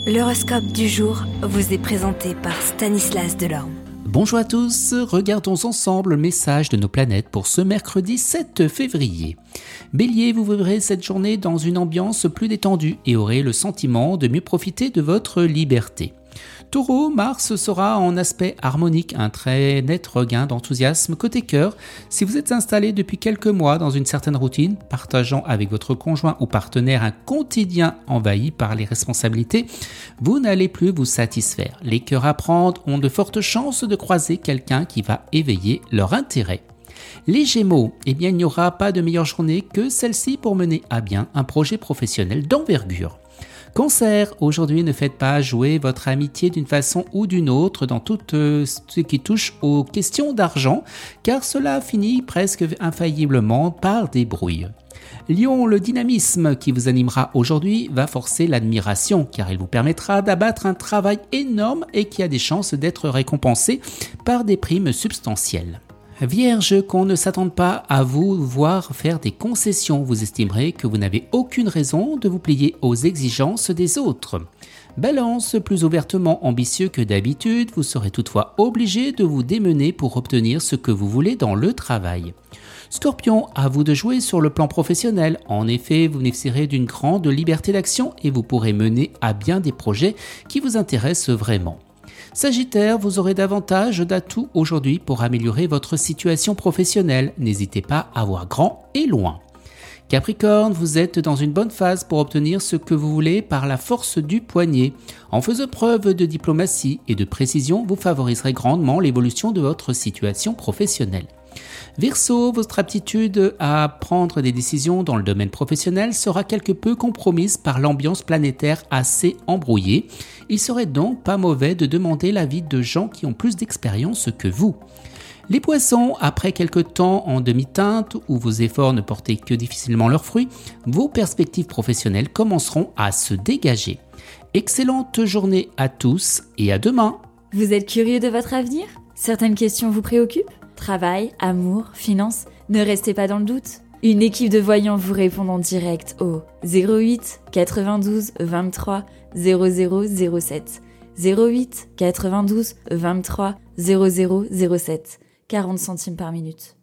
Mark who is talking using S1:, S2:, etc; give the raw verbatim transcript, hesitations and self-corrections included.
S1: L'horoscope du jour vous est présenté par Stanislas Delorme.
S2: Bonjour à tous, regardons ensemble le message de nos planètes pour ce mercredi sept février. Bélier, vous vivrez cette journée dans une ambiance plus détendue et aurez le sentiment de mieux profiter de votre liberté. Taureau, Mars sera en aspect harmonique, un très net regain d'enthousiasme côté cœur. Si vous êtes installé depuis quelques mois dans une certaine routine, partageant avec votre conjoint ou partenaire un quotidien envahi par les responsabilités, vous n'allez plus vous satisfaire. Les cœurs à prendre ont de fortes chances de croiser quelqu'un qui va éveiller leur intérêt. Les Gémeaux, eh bien, il n'y aura pas de meilleure journée que celle-ci pour mener à bien un projet professionnel d'envergure. Cancer, aujourd'hui ne faites pas jouer votre amitié d'une façon ou d'une autre dans tout euh, ce qui touche aux questions d'argent, car cela finit presque infailliblement par des brouilles. Lion, le dynamisme qui vous animera aujourd'hui va forcer l'admiration, car il vous permettra d'abattre un travail énorme et qui a des chances d'être récompensé par des primes substantielles. Vierge, qu'on ne s'attende pas à vous voir faire des concessions, vous estimerez que vous n'avez aucune raison de vous plier aux exigences des autres. Balance, plus ouvertement ambitieux que d'habitude, vous serez toutefois obligé de vous démener pour obtenir ce que vous voulez dans le travail. Scorpion, à vous de jouer sur le plan professionnel. En effet, vous bénéficierez d'une grande liberté d'action et vous pourrez mener à bien des projets qui vous intéressent vraiment. Sagittaire, vous aurez davantage d'atouts aujourd'hui pour améliorer votre situation professionnelle. N'hésitez pas à voir grand et loin. Capricorne, vous êtes dans une bonne phase pour obtenir ce que vous voulez par la force du poignet. En faisant preuve de diplomatie et de précision, vous favoriserez grandement l'évolution de votre situation professionnelle. Verseau, votre aptitude à prendre des décisions dans le domaine professionnel sera quelque peu compromise par l'ambiance planétaire assez embrouillée. Il serait donc pas mauvais de demander l'avis de gens qui ont plus d'expérience que vous. Les poissons, après quelques temps en demi-teinte où vos efforts ne portaient que difficilement leurs fruits, vos perspectives professionnelles commenceront à se dégager. Excellente journée à tous et à demain.
S3: Vous êtes curieux de votre avenir ? Certaines questions vous préoccupent ? Travail, amour, finances, ne restez pas dans le doute. Une équipe de voyants vous répond en direct au zéro huit quatre-vingt-douze vingt-trois zéro zéro zéro sept zéro huit quatre-vingt-douze vingt-trois zéro zéro zéro sept quarante centimes par minute.